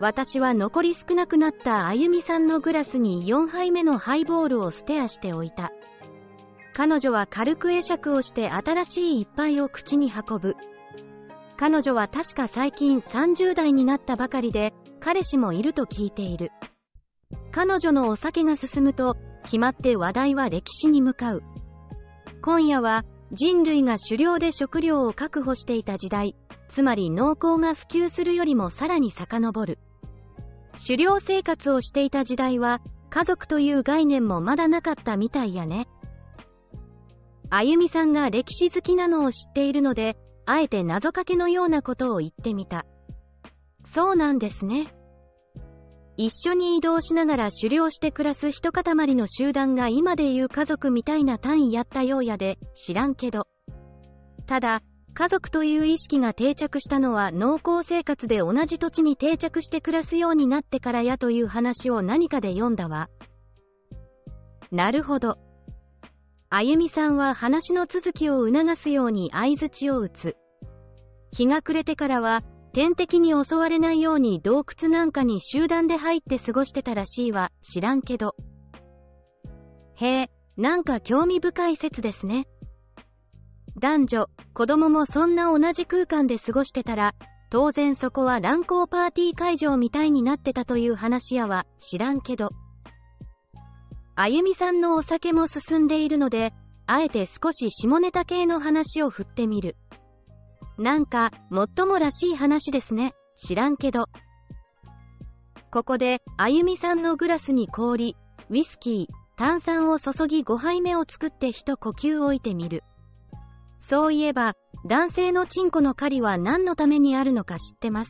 私は残り少なくなったあゆみさんのグラスに4杯目のハイボールをステアしておいた。彼女は軽く会釈をして新しい一杯を口に運ぶ。彼女は確か最近30代になったばかりで、彼氏もいると聞いている。彼女のお酒が進むと、決まって話題は歴史に向かう。今夜は、人類が狩猟で食料を確保していた時代、つまり農耕が普及するよりもさらに遡る。狩猟生活をしていた時代は、家族という概念もまだなかったみたいやね。あゆみさんが歴史好きなのを知っているので、あえて謎かけのようなことを言ってみた。そうなんですね。一緒に移動しながら狩猟して暮らす一塊の集団が今でいう家族みたいな単位やったようやで、知らんけど。ただ、家族という意識が定着したのは農耕生活で同じ土地に定着して暮らすようになってからやという話を何かで読んだわ。なるほど。あゆみさんは話の続きを促すように相槌を打つ。日が暮れてからは、天敵に襲われないように洞窟なんかに集団で入って過ごしてたらしいわ、知らんけど。へえ、なんか興味深い説ですね。男女、子供もそんな同じ空間で過ごしてたら、当然そこは乱交パーティー会場みたいになってたという話やわ、知らんけど。あゆみさんのお酒も進んでいるので、あえて少し下ネタ系の話を振ってみる。なんか、もっともらしい話ですね。知らんけど。ここで、あゆみさんのグラスに氷、ウイスキー、炭酸を注ぎ5杯目を作って一呼吸置いてみる。そういえば、男性のチンコの狩りは何のためにあるのか知ってます。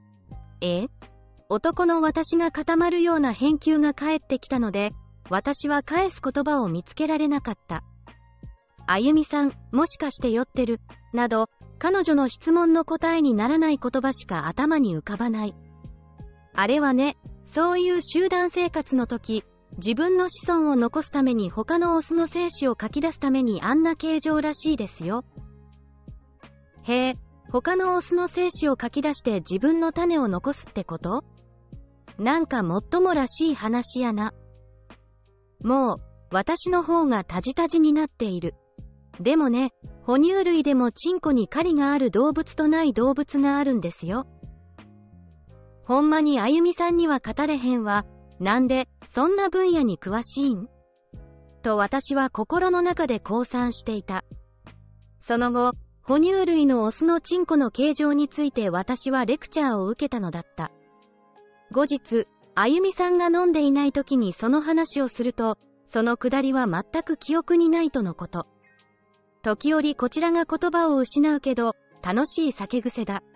男の私が固まるような返球が返ってきたので、私は返す言葉を見つけられなかった。あゆみさん、もしかして酔ってるなど、彼女の質問の答えにならない言葉しか頭に浮かばない。あれはね、そういう集団生活の時、自分の子孫を残すために他のオスの精子を書き出すためにあんな形状らしいですよ。へえ、他のオスの精子を書き出して自分の種を残すってこと？なんかもっともらしい話やな。もう、私の方がタジタジになっている。でもね、哺乳類でもチンコに狩りがある動物とない動物があるんですよ。ほんまにあゆみさんには語れへんわ。なんで、そんな分野に詳しいん？と私は心の中で降参していた。その後、哺乳類のオスのチンコの形状について私はレクチャーを受けたのだった。後日、あゆみさんが飲んでいない時にその話をすると、そのくだりは全く記憶にないとのこと。時折こちらが言葉を失うけど、楽しい酒癖だ。